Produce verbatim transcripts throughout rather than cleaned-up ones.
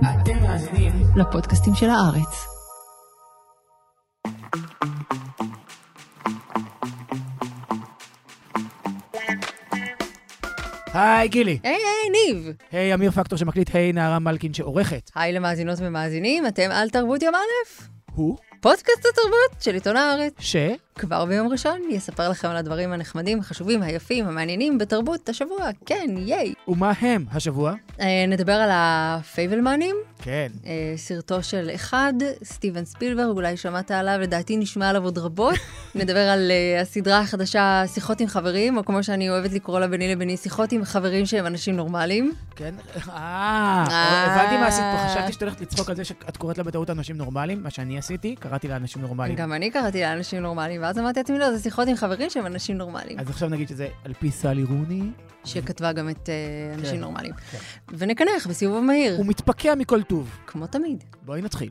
אתם מאזינים לפודקאסטים של הארץ. היי גילי. היי היי ניב. היי אמיר פקטור שמקליט, היי נערה מלכין שעורכת. היי למאזינות ומאזינים, אתם על תרבות יום א'. הוא? פודקאסט התרבות של עיתון הארץ. ש? כבר ביום ראשון יספר לכם על הדברים הנחמדים, החשובים, היפים, המעניינים בתרבות השבוע. כן, ייי. ומה הם השבוע? אה, נדבר על הפייבלמנים. כן. אה, סרטו של אחד, סטיבן ספילברג, אולי שמעת עליו, לדעתי נשמע עליו עוד רבות. נדבר על אה, הסדרה החדשה, שיחות עם חברים, או כמו שאני אוהבת לקרוא לה ביני לביני, שיחות עם חברים שהם אנשים נורמליים. כן. אה, הבנתי מה עשית פה. חשבתי שאת הולכת לצחוק על זה שאת קוראת לה בטעות אנשים נורמליים, מה שאני עשיתי, קראתי לה אנשים נורמליים. גם אני קראתי לאנשים נורמליים, ואז אמרתי לעצמי, לא, זה שיחות עם חברים שהם אנשים נורמליים. אז עכשיו נגיד שזה על פי סלי רוני. שכתבה גם את uh, אנשים כן, נורמליים. כן. ונקנח בסיבוב מהיר. הוא מתפקע מכל טוב. כמו תמיד. בואי נתחיל.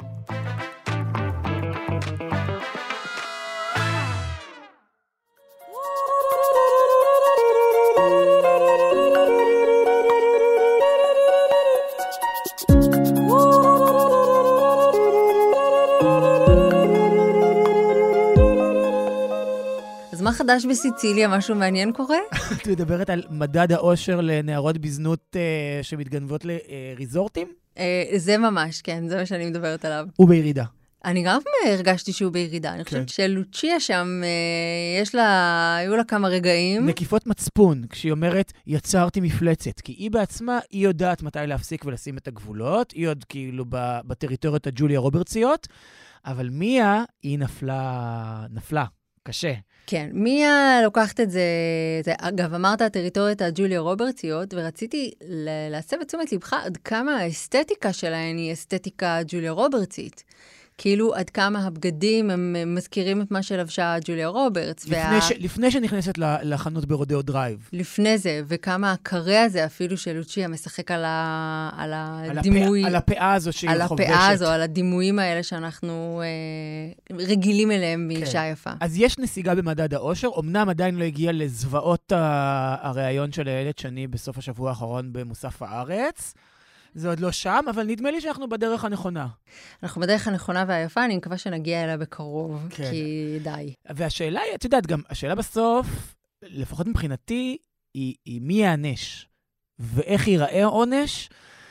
מה חדש בסיציליה? משהו מעניין קורה? את מדברת על מדד האושר לנערות בזנות אה, שמתגנבות לריזורטים? אה, זה ממש, כן, זה מה שאני מדברת עליו. הוא בירידה. אני גם הרגשתי שהוא בירידה. אני חושבת שלוצ'יה שם, אה, יש לה, היו לה כמה רגעים. נקיפות מצפון, כשהיא אומרת, יצרתי מפלצת. כי היא בעצמה, היא יודעת מתי להפסיק ולשים את הגבולות. היא עוד כאילו בטריטוריות הג'וליה רוברטסיות. אבל מיה, היא נפלה, נפלה. קשה. כן, מיה לוקחת את זה, זה אגב, אמרת הטריטוריות הג'וליה רוברטסיות, ורציתי להסב את תשומת לבך עד כמה האסתטיקה שלהן היא אסתטיקה ג'וליה רוברטסית. כאילו עד כמה הבגדים הם מזכירים את מה שלבשה ג'וליה רוברטס. לפני, וה... ש... לפני שנכנסת לחנות ברודאו דרייב. לפני זה, וכמה הקרה הזה אפילו של לוצ'יה משחק על, ה... על הדימוי. על, הפ... על הפאה הזו שהיא על חובשת. על הפאה הזו, על הדימויים האלה שאנחנו אה, רגילים אליהם מאישה כן. יפה. אז יש נסיגה במדד האושר, אמנם עדיין לא הגיע לזוועות הרעיון של הילד שני בסוף השבוע האחרון במוסף הארץ. זה עוד לא שם, אבל נדמה לי שאנחנו בדרך הנכונה. אנחנו בדרך הנכונה והיפה, אני מקווה שנגיע אליה בקרוב, כן. כי די. והשאלה היא, את יודעת, גם השאלה בסוף, לפחות מבחינתי, היא, היא מי יענש, ואיך ייראה עונש,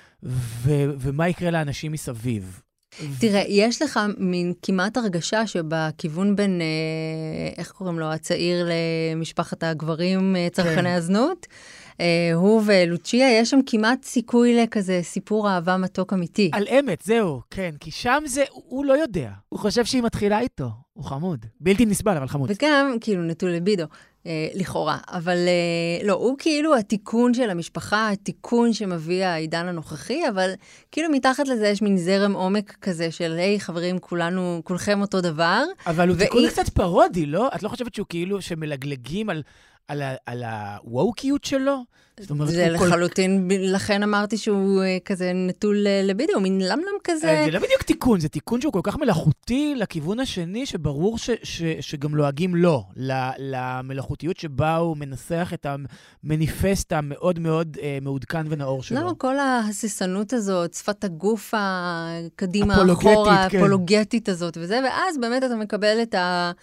ו- ומה יקרה לאנשים מסביב. תראה, יש לך מין כמעט הרגשה שבכיוון בין, אה, איך קוראים לו, הצעיר למשפחת הגברים, צרכני כן. הזנות, Uh, הוא ולוצ'יה, יש שם כמעט סיכוי לכזה סיפור אהבה מתוק אמיתי. על אמת, זהו, כן, כי שם זה, הוא לא יודע. הוא חושב שהיא מתחילה איתו, הוא חמוד. בלתי נסבל, אבל חמוד. וגם, כאילו, נטול לבידו, uh, לכאורה. אבל uh, לא, הוא כאילו התיקון של המשפחה, התיקון שמביא העידן הנוכחי, אבל כאילו מתחת לזה יש מין זרם עומק כזה של, היי, חברים, כולנו, כולכם אותו דבר. אבל הוא תיקון קצת פרודי, לא? את לא חושבת שהוא כאילו שמלגלגים על... על, ה- על הוואוקיות שלו? זאת אומרת, זה לחלוטין, כל... לכן אמרתי שהוא כזה נטול לבידו, מין למלם כזה. זה לא בדיוק תיקון, זה תיקון שהוא כל כך מלאכותי לכיוון השני, שברור ש- ש- שגם לועגים לו, למלאכותיות שבה הוא מנסח את המניפסט המאוד מאוד אה, מעודכן ונאור שלו. למה כל ההססנות הזאת, שפת הגוף הקדימה, אחורה, כן. הפולוגטית הזאת וזה, ואז באמת אתה מקבל את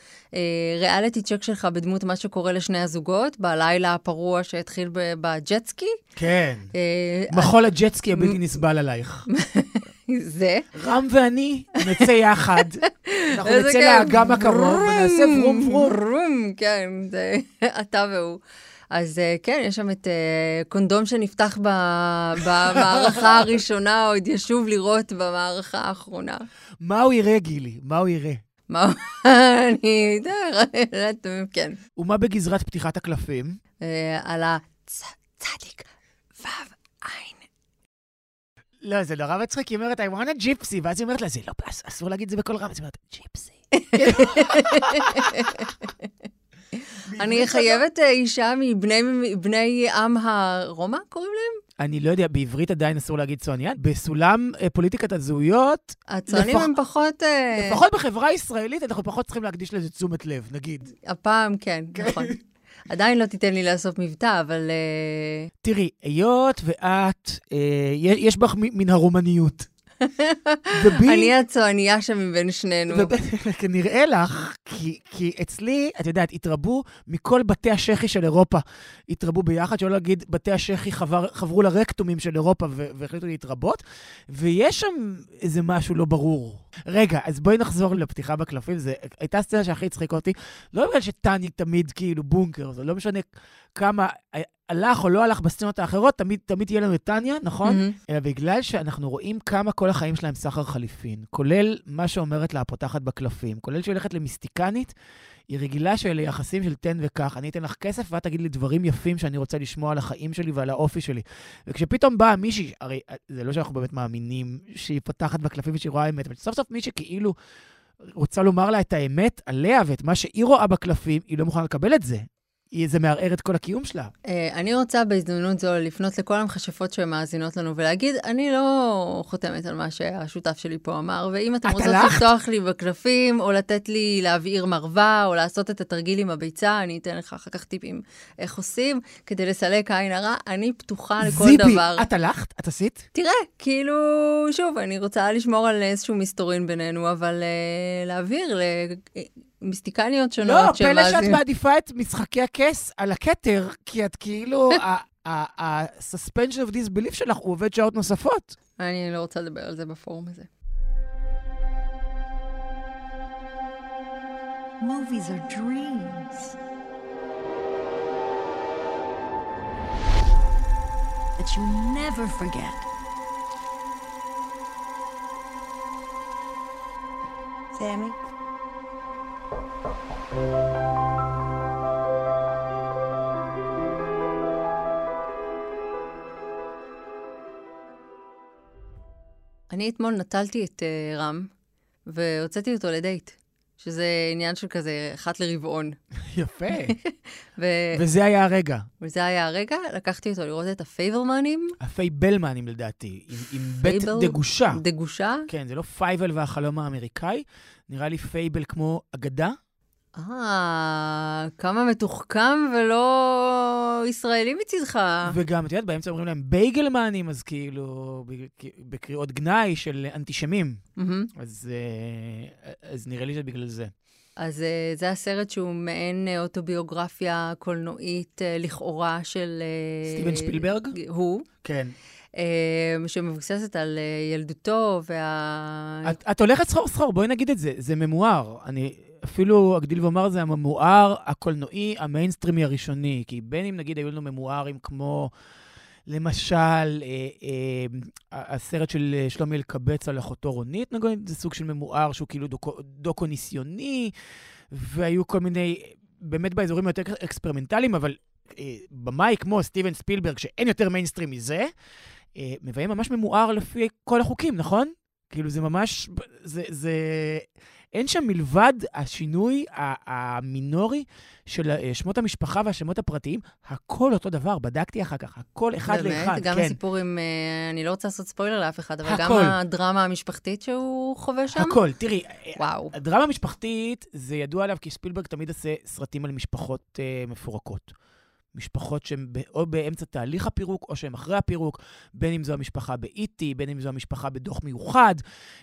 הריאליטי צ'ק שלך בדמות מה שקורה לשני הזוגות, בלילה הפרוע שהתחיל בג'טסקי. כן. מחול הג'טסקי הבלתי נסבל עלייך. זה. רם ואני נצא יחד. אנחנו נצא לאגם הקרוב ונעשה ברום ברום. ברום, כן. זה אתה והוא. אז כן, יש שם את קונדום שנפתח במערכה הראשונה, או עוד ישוב לראות במערכה האחרונה. מה הוא יראה, גילי? מה הוא יראה? מה הוא... אני יודעת, כן. ומה בגזרת פתיחת הקלפים? על הצדיק וו עין. לא, זה נורא מצחיק, היא אומרת, I want a gypsy, ואז היא אומרת לה, זה לא, אסור להגיד את זה בכל רם, אז היא אומרת, gypsy. אני חייבת אישה מבני עם הרומא, קוראים להם? אני לא יודע, בעברית עדיין אסור להגיד צועניה. בסולם פוליטיקת הזהויות... הצוענים הם פחות... לפחות בחברה הישראלית, אנחנו פחות צריכים להקדיש לזה תשומת לב, נגיד. הפעם כן, נכון. עדיין לא תיתן לי לאסוף מבטא, אבל... תראי, היות ואת, יש בך מן הרומניות. אני הצועניה שם מבין שנינו. נראה לך, כי אצלי, את יודעת, התרבו מכל בתי השכי של אירופה, התרבו ביחד, שלא להגיד, בתי השכי חברו לרקטומים של אירופה והחליטו להתרבות, ויש שם איזה משהו לא ברור. רגע, אז בואי נחזור לפתיחה בקלפים, זו הייתה סצנה שהכי הצחיק אותי, לא בגלל שטני תמיד כאילו בונקר, זה לא משנה כמה הלך או לא הלך בסצנות האחרות, תמיד, תמיד תהיה לנו את טניה, נכון? Mm-hmm. אלא בגלל שאנחנו רואים כמה כל החיים שלהם סחר חליפין, כולל מה שאומרת לה הפותחת בקלפים, כולל שהיא הולכת למיסטיקנית, היא רגילה שאלה יחסים של תן וכך, אני אתן לך כסף ואת תגיד לי דברים יפים שאני רוצה לשמוע על החיים שלי ועל האופי שלי. וכשפתאום באה מישהי, הרי זה לא שאנחנו באמת מאמינים שהיא פותחת בקלפים ושהיא רואה אמת, אבל סוף סוף מישהי כאילו רוצה לומר לה את האמת עליה ואת מה שהיא רואה בקלפים, היא לא מוכנה לקבל את זה. זה מערער את כל הקיום שלה. אני רוצה בהזדמנות זו לפנות לכל המכשפות שמאזינות לנו ולהגיד, אני לא חותמת על מה שהשותף שלי פה אמר, ואם אתם רוצות לפתוח לי בקלפים, או לתת לי להבעיר מרווה, או לעשות את התרגיל עם הביצה, אני אתן לך אחר כך טיפים איך עושים, כדי לסלק עין הרע, אני פתוחה לכל זיבי, דבר. זיבי, את הלכת? את עשית? תראה, כאילו, שוב, אני רוצה לשמור על איזשהו מסתורין בינינו, אבל uh, להעביר ל... מיסטיקניות שונות. לא, פלא שאת מעדיפה את משחקי הכס על הכתר, כי את כאילו, ה-suspension of disbelief שלך הוא עובד שעות נוספות. אני לא רוצה לדבר על זה בפורום הזה. Movies are dreams that you never forget. Sammy? אני אתמול נטלתי את uh, רם, והוצאתי אותו לדייט, שזה עניין של כזה, אחת לרבעון. יפה. ו... וזה היה הרגע. וזה היה הרגע, לקחתי אותו לראות את הפייבלמנים. הפייבלמנים לדעתי, עם, עם בית דגושה. דגושה? כן, זה לא פייבל והחלום האמריקאי, נראה לי פייבל כמו אגדה. אה, כמה מתוחכם ולא ישראלי מצדך. וגם, את יודעת, באמצע אומרים להם בייגלמנים, אז כאילו, בקריאות גנאי של אנטישמים. אז, אז נראה לי שבגלל זה. אז זה הסרט שהוא מעין אוטוביוגרפיה קולנועית לכאורה של... סטיבן שפילברג? הוא. כן. שמבוססת על ילדותו וה... את, את הולכת סחור סחור, בואי נגיד את זה, זה ממואר. אני אפילו אגדיל ואומר, זה הממואר הקולנועי המיינסטרימי הראשוני, כי בין אם נגיד היו לנו ממוארים כמו, למשל, אה, אה, הסרט של שלומי אלקבץ על אחותו רונית, נגיד, זה סוג של ממואר שהוא כאילו דוקו, דוקו ניסיוני, והיו כל מיני, באמת באזורים יותר אקספרימנטליים, אבל אה, במאי כמו סטיבן ספילברג, שאין יותר מיינסטרים מזה, אה, מביים ממש ממואר לפי כל החוקים, נכון? כאילו זה ממש, זה, זה, אין שם מלבד השינוי המינורי של שמות המשפחה והשמות הפרטיים, הכל אותו דבר, בדקתי אחר כך, הכל אחד באמת, לאחד. גם כן. הסיפור עם, אני לא רוצה לעשות ספוילר לאף אחד, אבל הכל. גם הדרמה המשפחתית שהוא חווה שם? הכל, תראי, וואו. הדרמה המשפחתית, זה ידוע עליו, כי ספילברג תמיד עושה סרטים על משפחות uh, מפורקות. משפחות שהן או באמצע תהליך הפירוק, או שהן אחרי הפירוק, בין אם זו המשפחה באיטי, בין אם זו המשפחה בדוח מיוחד,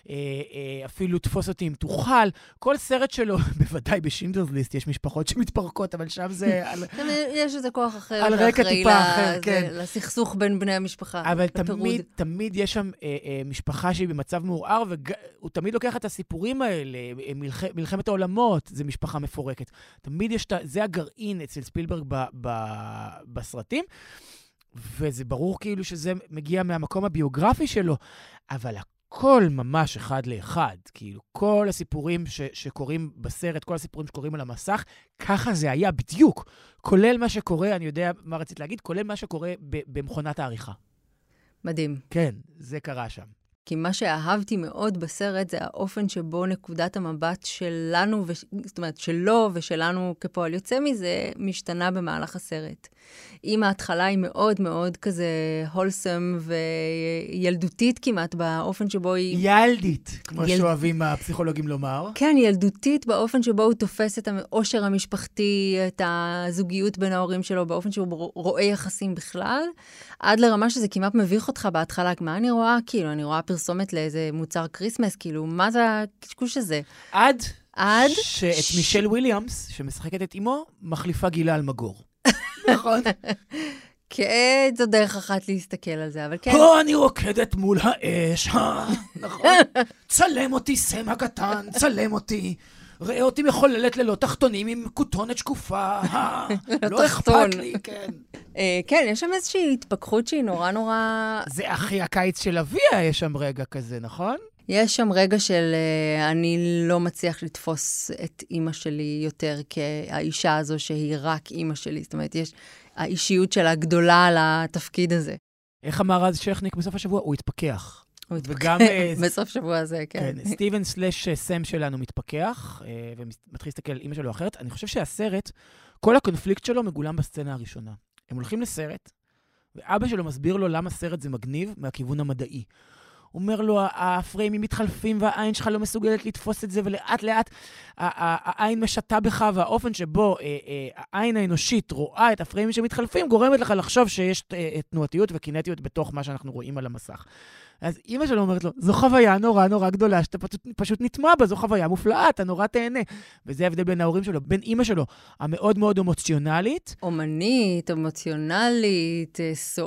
אפילו תפוס אותי אם תוכל. כל סרט שלו, בוודאי בשינדלרס ליסט, יש משפחות שמתפרקות, אבל שם זה... יש איזה כוח אחר, על רקע טיפה אחר, כן. לסכסוך בין בני המשפחה. אבל תמיד, תמיד יש שם משפחה שהיא במצב מעורער, והוא תמיד לוקח את הסיפורים האלה, מלחמת העולמות, זה משפחה מפורקת. תמיד יש, זה הגרעין אצל ספילברג ב בסרטים, וזה ברור כאילו שזה מגיע מהמקום הביוגרפי שלו, אבל הכל ממש אחד לאחד, כאילו כל הסיפורים ש- שקורים בסרט, כל הסיפורים שקורים על המסך, ככה זה היה בדיוק, כולל מה שקורה, אני יודע מה רצית להגיד, כולל מה שקורה ב- במכונת העריכה. מדהים. כן, זה קרה שם. כי מה שאהבתי מאוד בסרט זה האופן שבו נקודת המבט שלנו, ו... זאת אומרת, שלו ושלנו כפועל יוצא מזה, משתנה במהלך הסרט. אם ההתחלה היא מאוד מאוד כזה הולסם וילדותית כמעט באופן שבו היא... ילדית, כמו יל... שאוהבים הפסיכולוגים לומר. כן, ילדותית באופן שבו הוא תופס את העושר המשפחתי, את הזוגיות בין ההורים שלו, באופן שהוא רואה יחסים בכלל, עד לרמה שזה כמעט מביך אותך בהתחלה. מה אני רואה? כאילו, אני רואה פרסומת לאיזה מוצר קריסמס, כאילו, מה זה הקשקוש הזה? עד... עד... שאת ש... מישל וויליאמס, שמשחקת את אמו, מחליפה גילה על מגור. נכון? כן, זו דרך אחת להסתכל על זה, אבל כן. או, אני רוקדת מול האש, נכון? צלם אותי, סם הקטן, צלם אותי. ראה אותי מחוללת ללא תחתונים עם כותונת שקופה, לא אכפת לי, כן. כן, יש שם איזושהי התפכחות שהיא נורא נורא... זה אחי הקיץ של אביה, יש שם רגע כזה, נכון? יש שם רגע של uh, אני לא מצליח לתפוס את אימא שלי יותר כאישה הזו שהיא רק אימא שלי. זאת אומרת, יש האישיות שלה גדולה על התפקיד הזה. איך אמר אז שכניק בסוף השבוע? הוא התפכח. הוא התפכח וגם, בסוף שבוע הזה, כן. כן, סטיבן סלש סם שלנו מתפכח, ומתחיל להסתכל על אימא שלו אחרת. אני חושב שהסרט, כל הקונפליקט שלו מגולם בסצנה הראשונה. הם הולכים לסרט, ואבא שלו מסביר לו למה סרט זה מגניב מהכיוון המדעי. הוא אומר לו, הפריימים מתחלפים והעין שלך לא מסוגלת לתפוס את זה, ולאט לאט העין משתה בך, והאופן שבו העין האנושית רואה את הפריימים שמתחלפים, גורמת לך לחשוב שיש תנועתיות וקינטיות בתוך מה שאנחנו רואים על המסך. אז אמא שלו אומרת לו, זו חוויה נורא נורא גדולה, שאתה פשוט, פשוט נטמע בה, זו חוויה מופלאה, אתה נורא תהנה. וזה ההבדל בין ההורים שלו, בין אמא שלו, המאוד מאוד אמוציונלית. אומנית, אמוציונלית,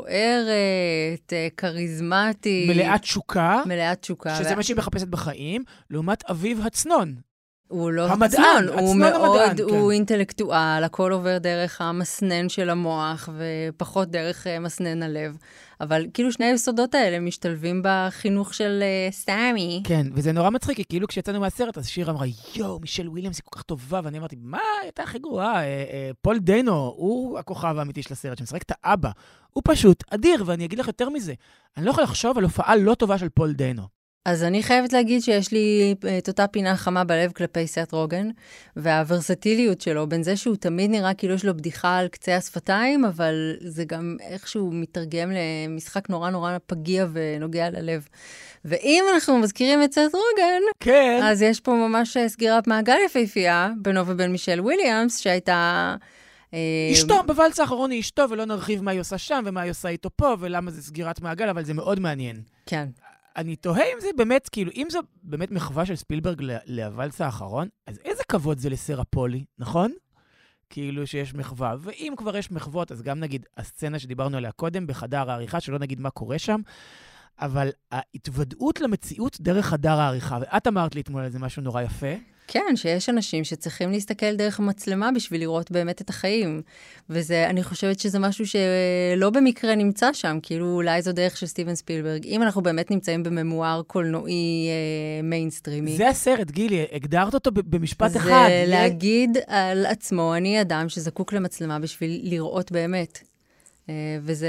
סוערת, קריזמטית. מלאת תשוקה. מלאת תשוקה. שזה ו... מה שהיא מחפשת בחיים, לעומת אביו הצנון. הוא לא המדען, הצנון, הוא הצנון מאוד, המדען, כן. הוא אינטלקטואל, הכל עובר דרך המסנן של המוח, ופחות דרך מסנן הלב. אבל כאילו שני היסודות האלה משתלבים בחינוך של uh, סטאמי. כן, וזה נורא מצחיק, כי כאילו כשיצאנו מהסרט, אז שיר אמרה, יואו, מישל וויליאמס היא כל כך טובה, ואני אמרתי, מה, הייתה הכי גרועה? אה, אה, פול דיינו, הוא הכוכב האמיתי של הסרט, שמשחק את האבא. הוא פשוט אדיר, ואני אגיד לך יותר מזה. אני לא יכול לחשוב על הופעה לא טובה של פול דיינו. אז אני חייבת להגיד שיש לי את אותה פינה חמה בלב כלפי סט רוגן, והוורסטיליות שלו, בין זה שהוא תמיד נראה כאילו יש לו בדיחה על קצה השפתיים, אבל זה גם איכשהו מתרגם למשחק נורא נורא פגיע ונוגע ללב. ואם אנחנו מזכירים את סט רוגן, כן. אז יש פה ממש סגירת מעגל יפהפייה, בינו ובין מישל וויליאמס, שהייתה... אשתו, בוואלס האחרון היא אשתו, ולא נרחיב מה היא עושה שם, ומה היא עושה איתו פה, ולמה זה סגירת מעגל, אבל זה מאוד מעניין. כן. אני תוהה אם זה באמת, כאילו, אם זו באמת מחווה של ספילברג לוואלס האחרון, אז איזה כבוד זה לסרה פולי, נכון? כאילו שיש מחווה. ואם כבר יש מחוות, אז גם נגיד הסצנה שדיברנו עליה קודם, בחדר העריכה, שלא נגיד מה קורה שם, אבל ההתוודעות למציאות דרך חדר העריכה, ואת אמרת לי אתמול על זה משהו נורא יפה. כן, שיש אנשים שצריכים להסתכל דרך המצלמה בשביל לראות באמת את החיים. וזה, אני חושבת שזה משהו שלא במקרה נמצא שם, כאילו אולי זו דרך של סטיבן ספילברג. אם אנחנו באמת נמצאים בממואר קולנועי אה, מיינסטרימי. זה הסרט, גילי, הגדרת אותו במשפט זה אחד. זה להגיד על עצמו, אני אדם שזקוק למצלמה בשביל לראות באמת. וזה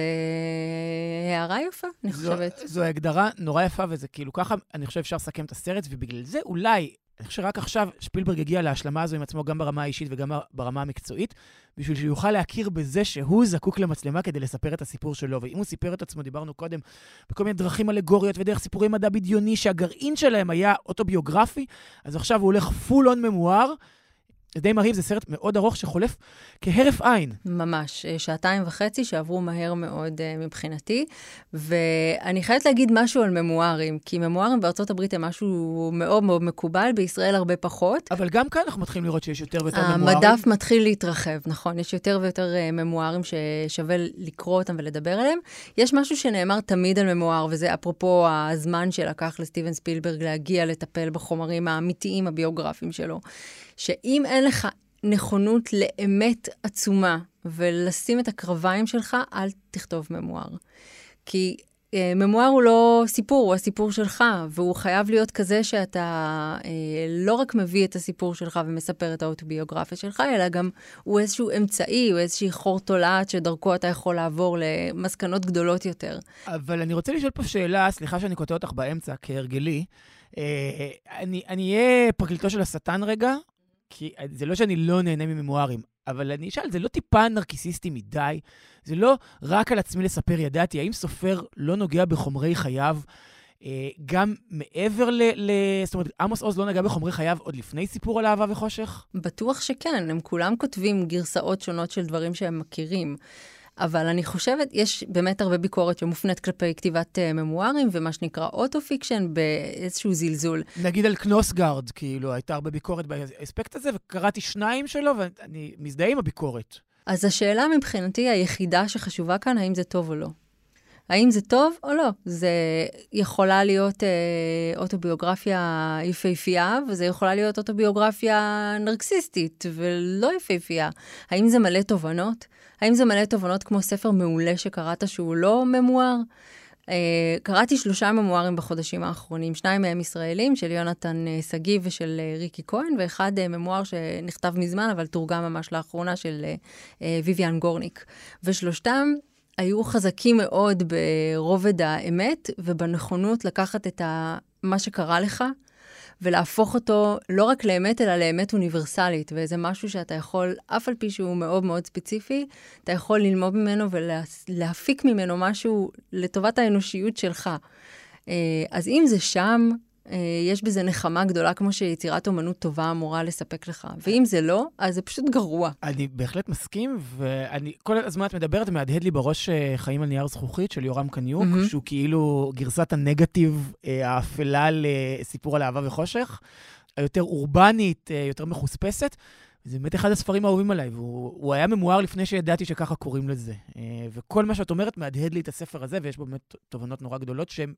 הערה יפה, אני חושבת. זו, זו הגדרה נורא יפה, וזה כאילו ככה, אני חושב אפשר לסכם את הסרט, ובגלל זה אולי, אני חושב שרק עכשיו שפילברג הגיע להשלמה הזו עם עצמו, גם ברמה האישית וגם ברמה המקצועית, בשביל שיוכל להכיר בזה שהוא זקוק למצלמה כדי לספר את הסיפור שלו. ואם הוא סיפר את עצמו, דיברנו קודם, בכל מיני דרכים אלגוריות ודרך סיפורי מדע בדיוני, שהגרעין שלהם היה אוטוביוגרפי, אז עכשיו הוא הולך פול און ממואר, זה די מרהיב, זה סרט מאוד ארוך שחולף כהרף עין. ממש, שעתיים וחצי שעברו מהר מאוד uh, מבחינתי, ואני חייבת להגיד משהו על ממוארים, כי ממוארים בארצות הברית הם משהו מאוד מאוד מקובל, בישראל הרבה פחות. אבל גם כאן אנחנו מתחילים לראות שיש יותר ויותר ממוארים. המדף מתחיל להתרחב, נכון, יש יותר ויותר uh, ממוארים ששווה לקרוא אותם ולדבר עליהם. יש משהו שנאמר תמיד על ממואר, וזה אפרופו הזמן שלקח לסטיבן ספילברג להגיע לטפל בחומרים האמיתיים, הביוגרפיים שלו. שאם אין לך נכונות לאמת עצומה ולשים את הקרביים שלך, אל תכתוב ממואר. כי אה, ממואר הוא לא סיפור, הוא הסיפור שלך, והוא חייב להיות כזה שאתה אה, לא רק מביא את הסיפור שלך ומספר את האוטוביוגרפיה שלך, אלא גם הוא איזשהו אמצעי, הוא איזושהי חור תולעת שדרכו אתה יכול לעבור למסקנות גדולות יותר. אבל אני רוצה לשאול פה שאלה, סליחה שאני קוטע אותך באמצע, כהרגלי. אה, אני, אני אהיה פרקליטו של השטן רגע, כי זה לא שאני לא נהנה מממוארים. אבל אני אשאל, זה לא טיפה נרקיסיסטי מדי? זה לא רק על עצמי לספר ידעתי, האם סופר לא נוגע בחומרי חייו, אה, גם מעבר ל... ל... זאת אומרת, עמוס עוז לא נגע בחומרי חייו עוד לפני סיפור על אהבה וחושך? בטוח שכן, הם כולם כותבים גרסאות שונות של דברים שהם מכירים. אבל אני חושבת, יש באמת הרבה ביקורת שמופנית כלפי כתיבת uh, ממוארים, ומה שנקרא אוטו-פיקשן באיזשהו זלזול. נגיד על קנוסגרד, כאילו, הייתה הרבה ביקורת באספקט הזה, וקראתי שניים שלו, ואני מזדהה עם הביקורת. אז השאלה מבחינתי היחידה שחשובה כאן, האם זה טוב או לא. האם זה טוב או לא? זה יכולה להיות אה, אוטוביוגרפיה יפהפייה, וזה יכולה להיות אוטוביוגרפיה נרקסיסטית, ולא יפהפייה. האם זה מלא תובנות? האם זה מלא תובנות כמו ספר מעולה שקראת שהוא לא ממואר? אה, קראתי שלושה ממוארים בחודשים האחרונים, שניים מהם ישראלים, של יונתן סגיב ושל אה, ריקי כהן, ואחד אה, ממואר שנכתב מזמן, אבל תורגם ממש לאחרונה של אה, ויויאן גורניק. ושלושתם היו חזקים מאוד ברובד האמת, ובנכונות לקחת את ה... מה שקרה לך, ולהפוך אותו לא רק לאמת, אלא לאמת אוניברסלית, וזה משהו שאתה יכול, אף על פי שהוא מאוד מאוד ספציפי, אתה יכול ללמוד ממנו ולהפיק ממנו משהו לטובת האנושיות שלך. אז אם זה שם, יש בזה נחמה גדולה, כמו שיצירת אומנות טובה אמורה לספק לך. ואם זה לא, אז זה פשוט גרוע. אני בהחלט מסכים, ואני, כל הזמן את מדברת, מהדהד לי בראש חיים על נייר זכוכית של יורם קניוק, mm-hmm. שהוא כאילו גרסת הנגטיב האפלה לסיפור על אהבה וחושך, היותר אורבנית, יותר מחוספסת. זה באמת אחד הספרים האהובים עליי, והוא היה ממואר לפני שידעתי שככה קוראים לזה. וכל מה שאת אומרת מהדהד לי את הספר הזה, ויש בו באמת תובנות נורא גדולות שהן...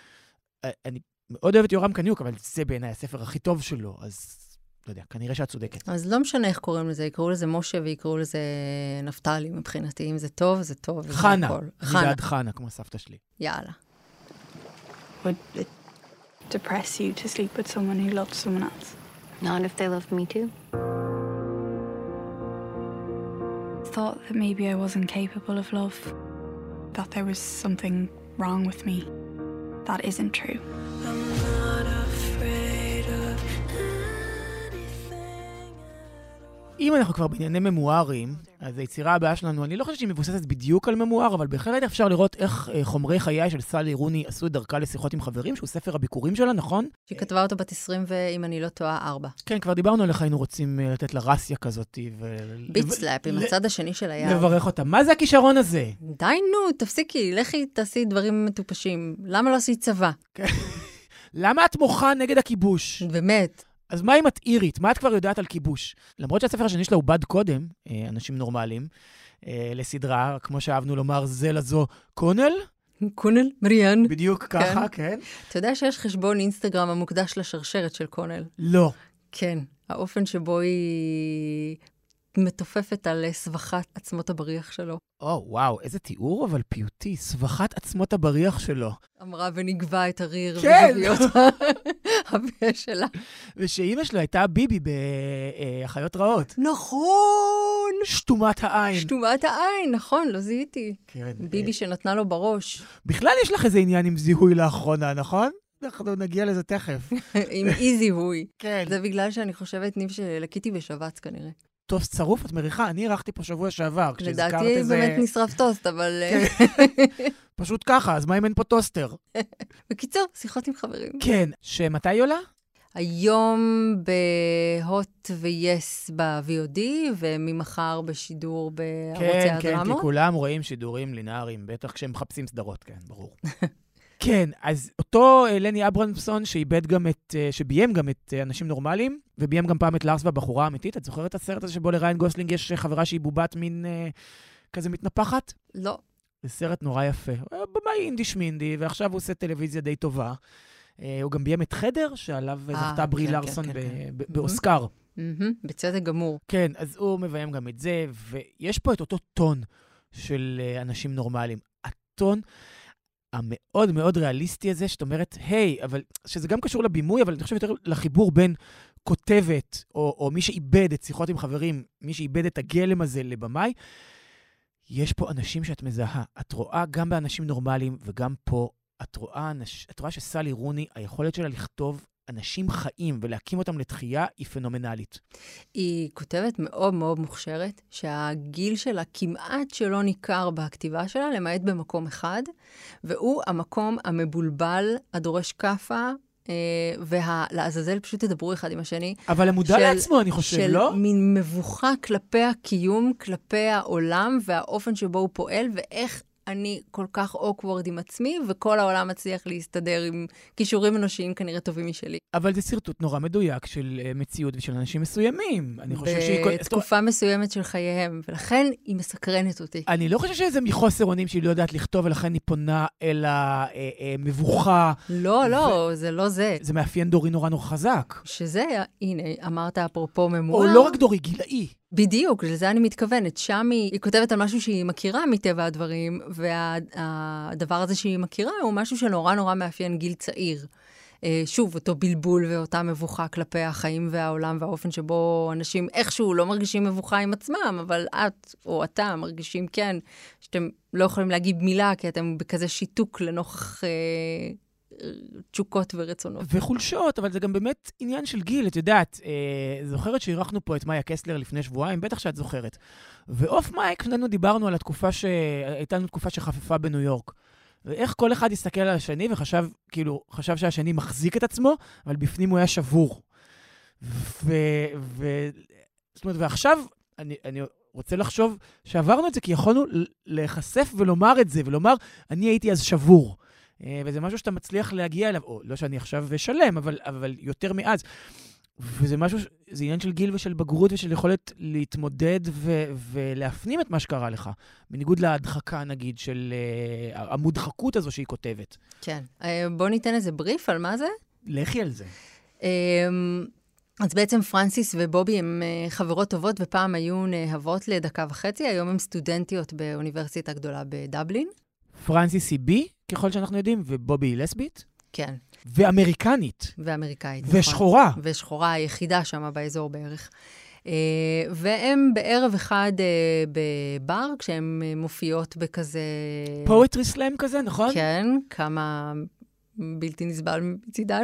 אני מאוד אוהבת יורם קניוק, אבל זה בעיניי הספר הכי טוב שלו, אז לא יודע, כנראה שאת צודקת. אז לא משנה איך קוראים לזה, יקראו לזה משה ויקראו לזה נפתלי מבחינתי, אם זה טוב, זה טוב. חנה, אני בעד חנה, כמו סבתא שלי. יאללה. Would it depress you to sleep with someone who loved someone else? Not if they loved me too. Thought that maybe I wasn't capable of love, that there was something wrong with me. That isn't true. I'm not afraid of anything. אם אנחנו כבר בענייני ממוארים, אז היצירה הבאה שלנו, אני לא חושבת שהיא מבוססת בדיוק על ממואר, אבל בהחלט אפשר לראות איך חומרי חיי של סלי רוני עשו את דרכה לשיחות עם חברים, שהוא ספר הביקורים שלה, נכון? שהיא כתבה אותו בת עשרים, ואם אני לא טועה, ארבע. כן, כבר דיברנו על איך היינו רוצים לתת לה רסיה כזאת. ביטסלאפ, עם הצד השני של היד. לברך אותה. מה זה הכישרון הזה? די נו, תפסיקי, לכי תעשי דברים מטופשים. למה לא עשית צבא? למה את מוחה נגד הכיבוש? באמת. אז מה אם את אירית? מה את כבר יודעת על כיבוש? למרות שהספר השני שלה הוא בד קודם, אנשים נורמליים, לסדרה, כמו שאהבנו לומר, זה לזו קונל? קונל? מריאן. בדיוק ככה, כן. אתה יודע שיש חשבון אינסטגרם המוקדש לשרשרת של קונל? לא. כן, האופן שבו היא מתופפת על סבכת עצמות הבריח שלו. או, וואו, איזה תיאור אבל פיוטי, סבכת עצמות הבריח שלו. אמרה ונגבה את הריר. כן! הבייה שלה. ושאימא שלו הייתה ביבי בחיות רעות. נכון! שטומת העין. שטומת העין, נכון, לא זיהיתי. כן. ביבי שנתנה לו בראש. בכלל יש לך איזה עניין עם זיהוי לאחרונה, נכון? אנחנו נגיע לזה תכף. עם אי זיהוי. כן. זה בגלל שאני חושבת ניב שלקיתי בשבץ כנראה. טוסט צרוף, את מריחה, אני ערכתי פה שבוע שעבר. לדעתי באמת נשרף טוסט, אבל... פשוט ככה, אז מה אם אין פה טוסטר? בקיצור, שיחות עם חברים. כן, שמתי היא עולה? היום בהוט ויס ב-וי או די, וממחר בשידור בערוצי הדרמות. כן, כן, כי כולם רואים שידורים לינאריים, בטח כשהם מחפשים סדרות, כן, ברור. כן, אז אותו לני אברמסון שאיבד גם את, שביים גם את אנשים נורמליים, וביים גם פעם את לארס והבחורה האמיתית. את זוכרת את הסרט הזה שבו לריין גוסלינג יש חברה שהיא בובת מין אה, כזה מתנפחת? לא. זה סרט נורא יפה. הוא במאי אינדי שמינדי, ועכשיו הוא עושה טלוויזיה די טובה. אה, הוא גם ביים את חדר, שעליו זכתה ברי כן, לארסון כן, ב- כן, ב- כן. באוסקר. Mm-hmm, בצדק גמור. כן, אז הוא מביים גם את זה, ויש פה את אותו טון של אה, אנשים נורמליים. הטון... המאוד מאוד ריאליסטי הזה, שאת אומרת, היי, אבל, שזה גם קשור לבימוי, אבל אני חושב יותר לחיבור בין כותבת, או, או מי שאיבד את שיחות עם חברים, מי שאיבד את הגלם הזה לבמאי, יש פה אנשים שאת מזהה. את רואה גם באנשים נורמליים, וגם פה, את רואה, אנש, את רואה שסלי רוני, היכולת שלה לכתוב אנשים חיים ולהקים אותם לתחייה היא פנומנלית. היא כותבת מאוד מאוד מוכשרת, שהגיל שלה כמעט שלא ניכר בכתיבה שלה, למעט במקום אחד, והוא המקום המבולבל, הדורש קפה, ולעזאזל פשוט תדברו אחד עם השני. אבל המודע של, לעצמו, אני חושב, של לא? של מין מבוכה כלפי הקיום, כלפי העולם, והאופן שבו הוא פועל, ואיך אני כל כך אוקוורד עם עצמי, וכל העולם מצליח להסתדר עם כישורים אנושיים כנראה טובים משלי. אבל זה סרטוט נורא מדויק של uh, מציאות ושל אנשים מסוימים. אני חושב שהיא... בתקופה מסוימת של חייהם, ולכן היא מסקרנת אותי. אני לא חושב שזה מחוסר אונים שהיא לא יודעת לכתוב, ולכן היא פונה אל המבוכה. לא, לא, זה לא זה. זה מאפיין דורי נורא נורא חזק. שזה, הנה, אמרת אפרופו ממואר. או לא רק דורי, גילאי. בדיוק, לזה אני מתכוונת. שם היא, היא כותבת על משהו שהיא מכירה מטבע הדברים, והדבר הזה שהיא מכירה הוא משהו שנורא נורא מאפיין גיל צעיר. שוב, אותו בלבול ואותה מבוכה כלפי החיים והעולם והאופן שבו אנשים איכשהו לא מרגישים מבוכה עם עצמם, אבל את או אתה מרגישים כן, שאתם לא יכולים להגיד מילה, כי אתם בכזה שיתוק לנוכח אה, תשוקות ורצונות. וחולשות, אבל זה גם באמת עניין של גיל, את יודעת, אה, זוכרת שהירחנו פה את מאיה קסלר לפני שבועיים, בטח שאת זוכרת. ואוף מייק, פנינו דיברנו על התקופה שהייתה לנו תקופה שחפפה בניו יורק. ואיך כל אחד הסתכל על השני וחשב, כאילו, חשב שהשני מחזיק את עצמו, אבל בפנים הוא היה שבור. ו... ו... זאת אומרת, ועכשיו, אני, אני רוצה לחשוב שעברנו את זה, כי יכולנו להיחשף ולומר את זה, ולומר, אני הייתי אז שבור. וזה משהו שאתה מצליח להגיע אליו, או לא שאני עכשיו שלם, אבל, אבל יותר מאז. וזה משהו, זה עניין של גיל ושל בגרות ושל יכולת להתמודד ו- ולהפנים את מה שקרה לך. בניגוד להדחקה, נגיד, של uh, המודחקות הזו שהיא כותבת. כן. Uh, בוא ניתן איזה בריף על מה זה. לכי על זה. Um, אז בעצם פרנסיס ובובי הם uh, חברות טובות, ופעם היו נאהבות לדקה וחצי, היום הן סטודנטיות באוניברסיטה גדולה בדבלין. פרנסיס היא בי, ככל שאנחנו יודעים, ובובי היא לסבית. כן. ואמריקנית. ואמריקאית. ושחורה. נכון. ושחורה, היחידה שם באזור בערך. Uh, והם בערב אחד uh, בבר, כשהם uh, מופיעות בכזה... פואטרי סלאם כזה, נכון? כן, כמה בלתי נסבל מצידן.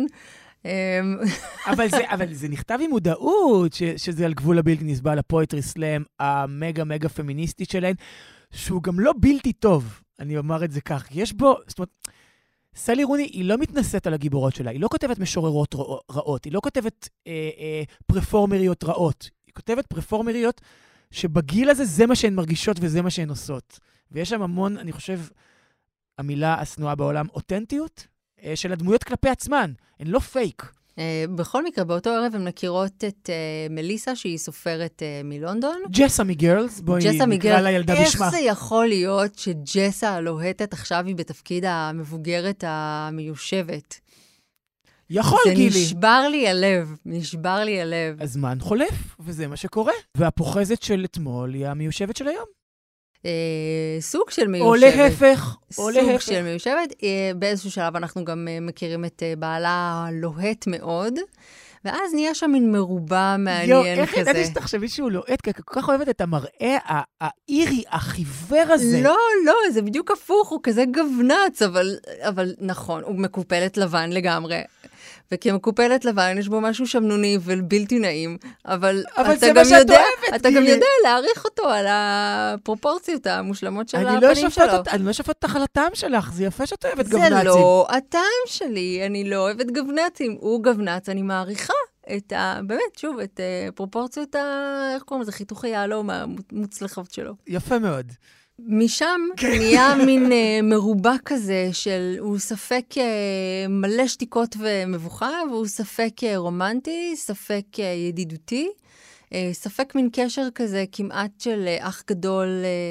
אבל זה, אבל זה נכתב עם מודעות, ש, שזה על גבול הבלתי נסבל, הפואטרי סלאם, המגה מגה פמיניסטית שלהן, שהוא גם לא בלתי טוב, אני אומר את זה כך. יש בו, זאת אומרת, סלי רוני, היא לא מתנשאת על הגיבורות שלה, היא לא כותבת משוררות רעות, היא לא כותבת אה, אה, פרפורמריות רעות, היא כותבת פרפורמריות שבגיל הזה זה מה שהן מרגישות וזה מה שהן עושות. ויש שם המון, אני חושב, המילה השנואה בעולם, אותנטיות, אה, של הדמויות כלפי עצמן, הן לא פייק. בכל מקרה, באותו ערב הן מכירות את מליסה, שהיא סופרת מלונדון. ג'סה מגרלס, בואי נקרא לילדה בשמה. איך זה יכול להיות שג'סה הלוהטת עכשיו היא בתפקיד המבוגרת המיושבת? יכול, גילי. זה נשבר לי הלב, נשבר לי הלב. הזמן חולף, וזה מה שקורה. והפוחזת של אתמול היא המיושבת של היום. אה, סוג של מיושבת. או להפך, או להפך. להפך. סוג של מיושבת. אה, באיזשהו שלב אנחנו גם אה, מכירים את אה, בעלה הלוהט מאוד, ואז נהיה שם מין מרובע מעניין יו, כזה. איך ידעתי שתחשבי שהוא לוהט, כי כל כך אוהבת את המראה האירי, החיוור הזה. לא, לא, זה בדיוק הפוך, הוא כזה גבנץ, אבל, אבל נכון, הוא מקופלת לבן לגמרי. וכמקופלת לבן יש בו משהו שמנוני ובלתי נעים, אבל, אבל אתה זה גם מה שאת יודע, אוהבת, אתה גילי. גם יודע להעריך אותו על הפרופורציות המושלמות של אני הפנים לא שלו. שופט, אני לא שופט אותך על הטעם שלך, זה יפה שאת אוהבת זה גבנצים. לא הטעם שלי, אני לא אוהבת גבנצים, הוא גבנץ, אני מעריכה את ה... באמת, שוב, את uh, פרופורציות ה... איך קוראים לזה? חיתוך היהלום המוצלחות שלו. יפה מאוד. משם נהיה מין uh, מרובע כזה של, הוא ספק uh, מלא שתיקות ומבוכה, והוא ספק uh, רומנטי, ספק uh, ידידותי, uh, ספק מין קשר כזה כמעט של uh, אח גדול,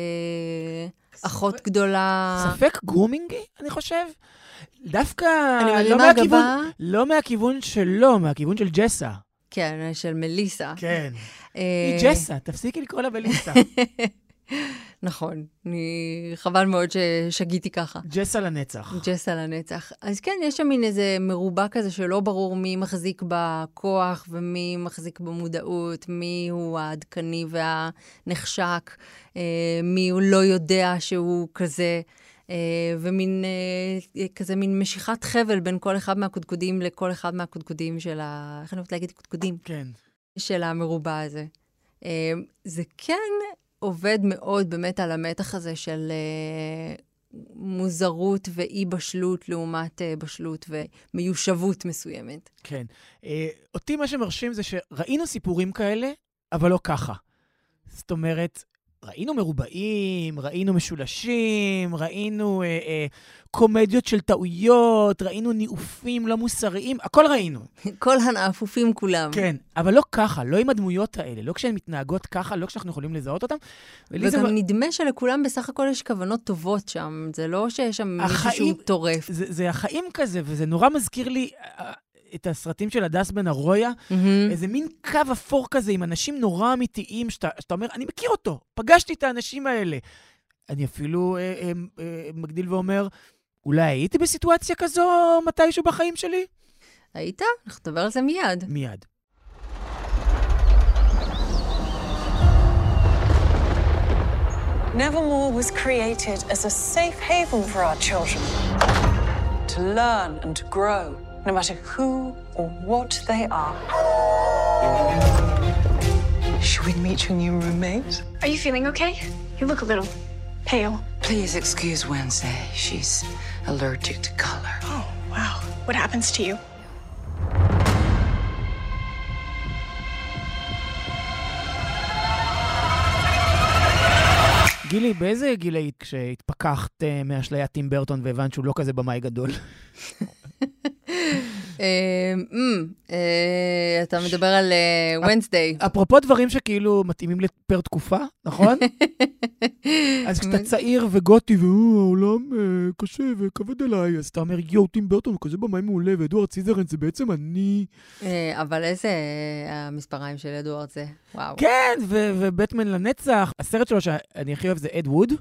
uh, אחות גדולה. ספק גרומינגי, אני חושב. דווקא אני לא מרימה מהכיוון, גבה. לא מהכיוון שלו, מהכיוון של ג'סה. כן, של מליסה. כן. אה, היא ג'סה, תפסיקי לקרוא לה בליסה. נכון, אני חבל מאוד ששגיתי ככה. ג'סה לנצח. ג'סה לנצח. אז כן, יש שם מין איזה מרובע כזה שלא ברור מי מחזיק בכוח ומי מחזיק במודעות, מי הוא העדכני והנחשק, מי הוא לא יודע שהוא כזה. ומין כזה מין משיכת חבל בין כל אחד מהקודקודים לכל אחד מהקודקודים של ה... איך אני אוהבת להגיד קודקודים? כן. של המרובע הזה. זה כן עובד מאוד באמת על המתח הזה של מוזרות ואי בשלות לעומת בשלות ומיושבות מסוימת. כן. אותי מה שמרשים זה שראינו סיפורים כאלה, אבל לא ככה. זאת אומרת, ראינו מרובעים, ראינו משולשים, ראינו אה, אה, קומדיות של טעויות, ראינו ניאופים לא מוסריים, הכל ראינו. כל הנאפופים כולם. כן, אבל לא ככה, לא עם הדמויות האלה, לא כשהן מתנהגות ככה, לא כשאנחנו יכולים לזהות אותן. וגם זה... נדמה שלכולם בסך הכל יש כוונות טובות שם, זה לא שיש שם החיים, מישהו טורף. זה, זה החיים כזה, וזה נורא מזכיר לי... את הסרטים של הדס בן ארויה, mm-hmm. איזה מין קו אפור כזה עם אנשים נורא אמיתיים, שאתה, שאתה אומר, אני מכיר אותו, פגשתי את האנשים האלה. אני אפילו אה, אה, אה, מגדיל ואומר, אולי הייתי בסיטואציה כזו מתישהו בחיים שלי? היית? אנחנו נדבר על זה מיד. מיד. Nevermore was created as a safe haven for our children to learn and to grow. No matter who or what they are. Should we meet your new roommate? Are you feeling okay? You look a little pale. Please excuse Wednesday. She's allergic to color. Oh, wow. What happens to you? גילי, באיזה גיל היית כשהתפקחת מאשליית טים ברטון והבנת שהוא לא כזה במאי גדול? אתה מדבר על Wednesday. אפרופו דברים שכאילו מתאימים לפר תקופה, נכון? אז כשאתה צעיר וגותי, והעולם קשה וכבד אליי, אז אתה אומר, יואו, טים ברטון הוא כזה במאי מעולה, ואדוארד סיזרנד זה בעצם אני... אבל איזה המספריים של אדוארד זה? וואו. כן, ובטמן לנצח. הסרט שלו שאני הכי אוהב זה אד ווד.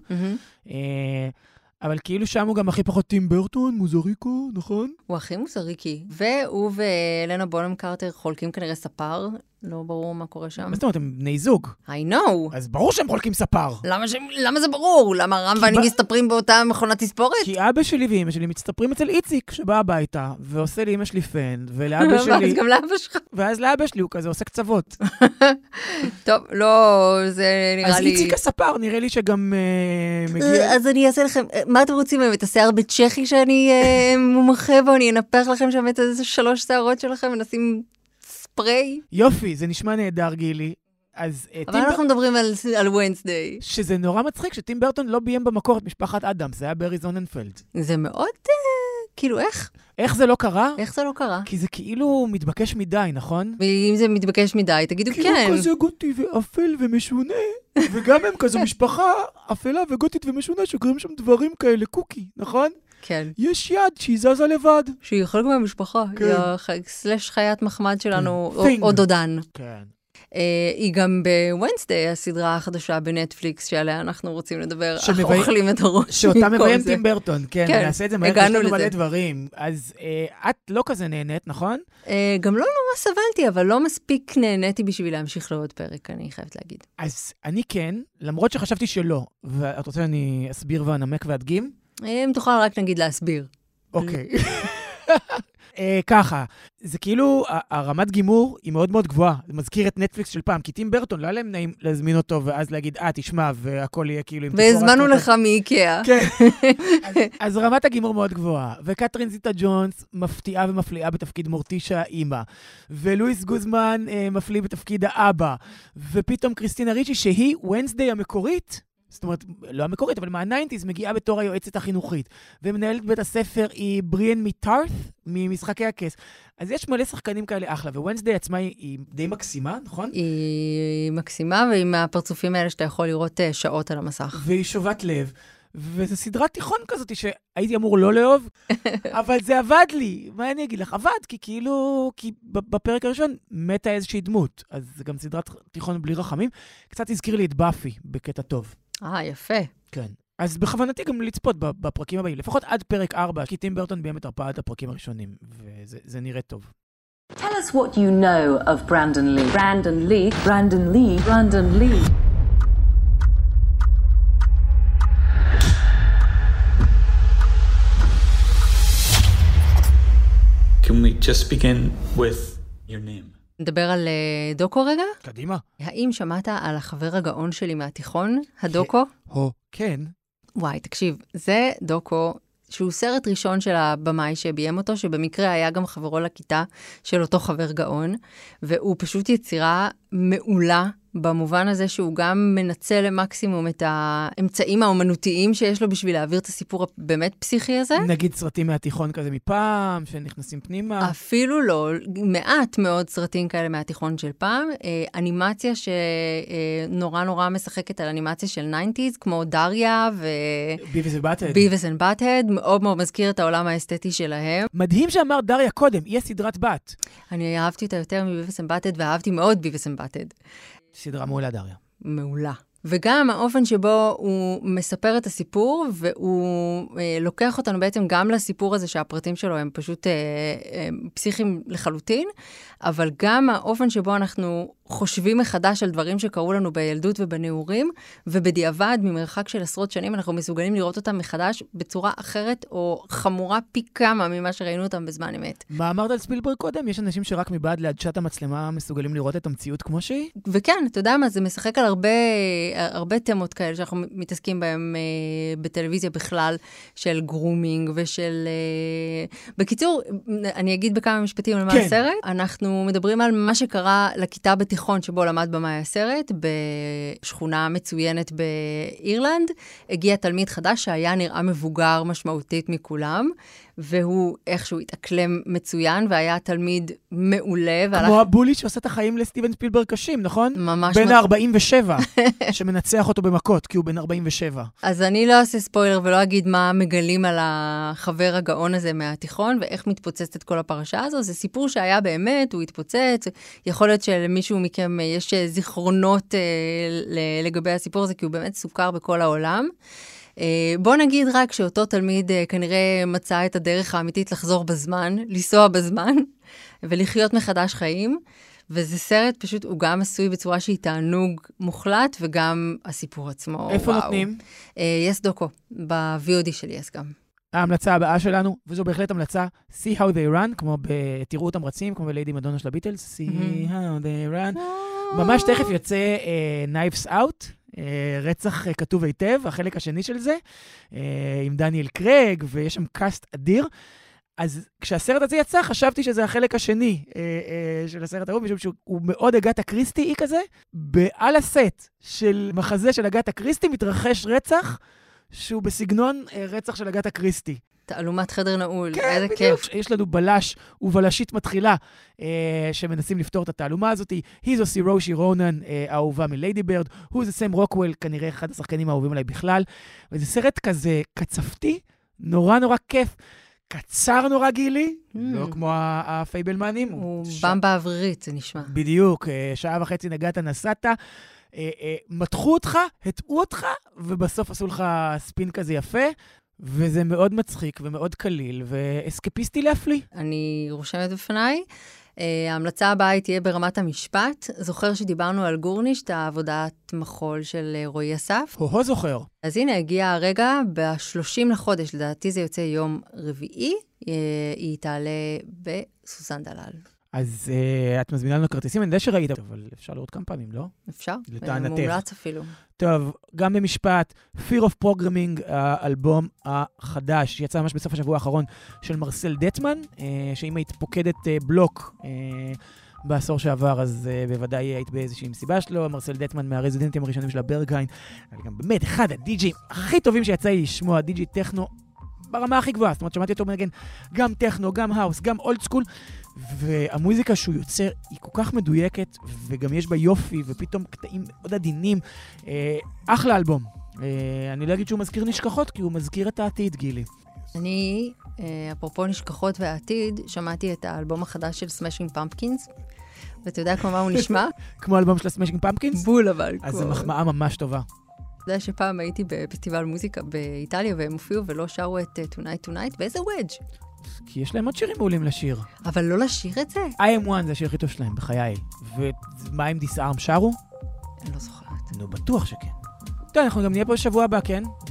אבל כאילו שם הוא גם הכי פחות טים ברטון, מוזריקו, נכון? הוא הכי מוזריקי. והוא ואלנה בונם קרטר חולקים כנראה ספר, לא ברור מה קורה שם. מה זאת אומרת, הם בני זוג. I know. אז ברור שהם חולקים ספר. למה, ש... למה זה ברור? למה רם ואני ב... מסתפרים באותה מכונת תספורת? כי אבא שלי ואמא שלי מצטפרים אצל איציק, שבא הביתה, ועושה לי אמא שלי פן, ולאבא שלי... ואז גם לאבא שלך. ואז לאבא שלי הוא כזה עושה קצוות. טוב, לא, זה נראה אז לי... אז איציק הספר, נראה לי שגם uh, מגיע... אז אני אעשה לכם, מה אתם רוצים? את השיער בצ'כי שאני uh, מומחה בו, אני אנפח לכם שם את איזה שלוש שערות שלכם, ונשים... פרי. יופי, זה נשמע נהדר, גילי. אז... אבל אנחנו מדברים על, על Wednesday. שזה נורא מצחיק, שטים ברטון לא ביים במקור את משפחת אדם, זה היה ברי זוננפלד. זה מאוד, כאילו, איך? איך זה לא קרה? איך זה לא קרה? כי זה כאילו מתבקש מדי, נכון? ואם זה מתבקש מדי, תגידו כן. כאילו כזה גותי ואפל ומשונה, וגם הם כזו משפחה אפלה וגותית ומשונה, שקוראים שם דברים כאלה, קוקי, נכון? כן. יש יד שהיא זזה לבד. שהיא חלק מהמשפחה. כן. היא סלש חיית מחמד שלנו, כן. או דודן. כן. היא גם בווינסדיי, הסדרה החדשה בנטפליקס, שעליה אנחנו רוצים לדבר, שמביא... אוכלים את הראש. שאותה מביים טים ברטון, כן, כן. נעשה את זה מהר, יש לנו מלא דברים. אז אה, את לא כזה נהנית, נכון? אה, גם לא נורא סבלתי, אבל לא מספיק נהניתי בשביל להמשיך לעוד פרק, אני חייבת להגיד. אז אני כן, למרות שחשבתי שלא, ואת רוצה שאני אסביר ואנמק ואדגים? אם תוכל רק נגיד להסביר. אוקיי. ככה, זה כאילו, הרמת גימור היא מאוד מאוד גבוהה. זה מזכיר את נטפליקס של פעם, כי טים ברטון לא היה להם נעים להזמין אותו, ואז להגיד, אה, תשמע, והכל יהיה כאילו... והזמנו לך מאיקאה. כן. אז רמת הגימור מאוד גבוהה. וקטרין זיטה ג'ונס מפתיעה ומפליאה בתפקיד מורטישה האמא. ולואיס גוזמן מפליא בתפקיד האבא. ופתאום קריסטינה ריצ'י, שהיא Wednesday המקורית, זאת אומרת, לא המקורית, אבל מה-ניינטיז מגיעה בתור היועצת החינוכית. ומנהלת בית הספר היא בריאן מיטארת, ממשחקי הכס. אז יש מלא שחקנים כאלה אחלה, וונסדיי עצמה היא, היא די מקסימה, נכון? היא מקסימה, ועם הפרצופים האלה שאתה יכול לראות שעות על המסך. והיא שובת לב. וזו סדרת תיכון כזאת שהייתי אמור לא לאהוב, אבל זה עבד לי. מה אני אגיד לך? עבד, כי כאילו, כי בפרק הראשון מתה איזושהי דמות. אז זה גם סדרת תיכון בלי רחמים. קצת הזכיר לי את באפי בקטע טוב. אה, יפה. כן. אז בכוונתי גם לצפות בפרקים הבאים, לפחות עד פרק ארבע, כי טים ברטון באמת הרפאה את הפרקים הראשונים, וזה נראה טוב. Tell us what you know of Brandon Lee. Brandon Lee. Brandon Lee. Brandon Lee. can we just begin with your name? נדבר על דוקו רגע? קדימה. האם שמעת על החבר הגאון שלי מהתיכון, הדוקו? הו, כן. וואי, תקשיב, זה דוקו שהוא סרט ראשון של הבמאי שביים אותו, שבמקרה היה גם חברו לכיתה של אותו חבר גאון, והוא פשוט יצירה מעולה, במובן הזה שהוא גם מנצל למקסימום את האמצעים האומנותיים שיש לו בשביל להעביר את הסיפור הבאמת פסיכי הזה. נגיד סרטים מהתיכון כזה מפעם, שנכנסים פנימה. אפילו לא, מעט מאוד סרטים כאלה מהתיכון של פעם. אנימציה שנורא נורא משחקת על אנימציה של ניינטיז, כמו דריה ו... ביבס ובאט-הד. ביבס ובאט-הד, מאוד מאוד מזכיר את העולם האסתטי שלהם. מדהים שאמר דריה קודם, היא סדרת בת. אני אהבתי אותה יותר מביבס ובאט-הד, ואהבתי מאוד ביבס ובאט-הד. סדרה מעולה, דריה. מעולה. וגם האופן שבו הוא מספר את הסיפור, והוא אה, לוקח אותנו בעצם גם לסיפור הזה שהפרטים שלו הם פשוט אה, אה, פסיכיים לחלוטין, אבל גם האופן שבו אנחנו חושבים מחדש על דברים שקרו לנו בילדות ובנעורים, ובדיעבד, ממרחק של עשרות שנים, אנחנו מסוגלים לראות אותם מחדש בצורה אחרת, או חמורה פי כמה ממה שראינו אותם בזמן אמת. מה אמרת על ספילברג קודם? יש אנשים שרק מבעד לעדשת המצלמה מסוגלים לראות את המציאות כמו שהיא? וכן, אתה יודע מה, זה משחק על הרבה, הרבה תמות כאלה שאנחנו מתעסקים בהם אה, בטלוויזיה בכלל, של גרומינג ושל... אה... בקיצור, אני אגיד בכמה משפטים על מה כן. הסרט. אנחנו מדברים על מה שקרה לכיתה בתיכון, שבו למד במאי הסרט, בשכונה מצוינת באירלנד, הגיע תלמיד חדש שהיה נראה מבוגר משמעותית מכולם, והוא איכשהו התאקלם מצוין, והיה תלמיד מעולה. כמו והלך... הבולי שעושה את החיים לסטיבן ספילברג קשים, נכון? ממש. בן ה-ארבעים ושבע, שמנצח אותו במכות, כי הוא בן ארבעים ושבע. אז אני לא אעשה ספוילר ולא אגיד מה מגלים על החבר הגאון הזה מהתיכון, ואיך מתפוצצת את כל הפרשה הזו. זה סיפור שהיה באמת, הוא התפוצץ. יכול להיות שלמישהו מכם יש זיכרונות לגבי הסיפור הזה, כי הוא באמת סוכר בכל העולם. בוא נגיד רק שאותו תלמיד כנראה מצא את הדרך האמיתית לחזור בזמן, לנסוע בזמן, ולחיות מחדש חיים, וזה סרט פשוט, הוא גם עשוי בצורה שהיא תענוג מוחלט, וגם הסיפור עצמו. איפה וואו. נותנים? יס דוקו, ב-וי או די של יס גם. ההמלצה הבאה שלנו, וזו בהחלט המלצה, See How They Run, כמו בתראו אותם רצים, כמו בליידי מדונה של הביטלס, See mm-hmm. How They Run. ממש תכף יוצא uh, Knives Out, uh, רצח uh, כתוב היטב, החלק השני של זה, uh, עם דניאל קרייג, ויש שם קאסט אדיר. אז כשהסרט הזה יצא, חשבתי שזה החלק השני uh, uh, של הסרט ההוא, משום שהוא מאוד אגתה קריסטי כזה. בעל הסט של מחזה של אגתה קריסטי מתרחש רצח, שהוא בסגנון uh, רצח של אגתה קריסטי. תעלומת חדר נעול, כן, איזה בדיוק. כיף. יש לנו בלש ובלשית מתחילה אה, שמנסים לפתור את התעלומה הזאת. היא זו סירושי רונן, אה, האהובה מליידי בירד. הוא זה סם רוקוול, כנראה אחד השחקנים האהובים עליי בכלל. וזה סרט כזה קצפתי, נורא נורא כיף. קצר נורא גילי, mm. לא כמו הפייבלמנים. הוא ש... במבה אוורירית, זה נשמע. בדיוק, אה, שעה וחצי נגעת נסעת. אה, אה, מתחו אותך, הטעו אותך, ובסוף עשו לך ספין כזה יפה. וזה מאוד מצחיק ומאוד קליל, ואסקפיסטי להפליא. אני רושמת בפניי. ההמלצה הבאה תהיה ברמת המשפט. זוכר שדיברנו על גורניש, את העבודת מחול של רועי אסף? הו-הו זוכר. אז הנה, הגיע הרגע, ב-שלושים לחודש, לדעתי זה יוצא יום רביעי, היא תעלה בסוסן דלל. אז uh, את מזמינה לנו כרטיסים, אני יודע שראית, אבל אפשר לראות כמה פעמים, לא? אפשר, מומלץ אפילו. טוב, גם במשפט, Fear of Programming, האלבום החדש, שיצא ממש בסוף השבוע האחרון של מרסל דטמן, uh, שאם היית פוקדת uh, בלוק uh, בעשור שעבר, אז uh, בוודאי היית באיזושהי מסיבה שלו, מרסל דטמן מהרזידנטים הראשונים של הברגיין, וגם באמת אחד הדי-ג'ים הכי טובים שיצא לי לשמוע, די-ג'י טכנו, ברמה הכי גבוהה, זאת אומרת, שמעתי אותו מנגן גם טכנו, גם האוס, גם אולד סקול, והמוזיקה שהוא יוצר היא כל כך מדויקת, וגם יש בה יופי, ופתאום קטעים מאוד עדינים. אה, אחלה אלבום. אה, אני לא אגיד שהוא מזכיר נשכחות, כי הוא מזכיר את העתיד, גילי. אני, אה, אפרופו נשכחות והעתיד, שמעתי את האלבום החדש של סמאשינג פמפקינס, ואתה יודע כמו מה הוא נשמע? כמו האלבום של סמאשינג פמפקינס? בול אבל. אז זו מחמאה ממש טובה. אתה יודע שפעם הייתי בפסטיבל מוזיקה באיטליה, והם הופיעו ולא שרו את Tonight Tonight, ואיזה וודג'? כי יש להם עוד שירים מעולים לשיר. אבל לא לשיר את זה? I am one זה השיר הכי טוב שלהם, בחיי. ומה עם דיסארם שרו? אני לא זוכרת. נו, בטוח שכן. טוב, אנחנו גם נהיה פה בשבוע הבא, כן?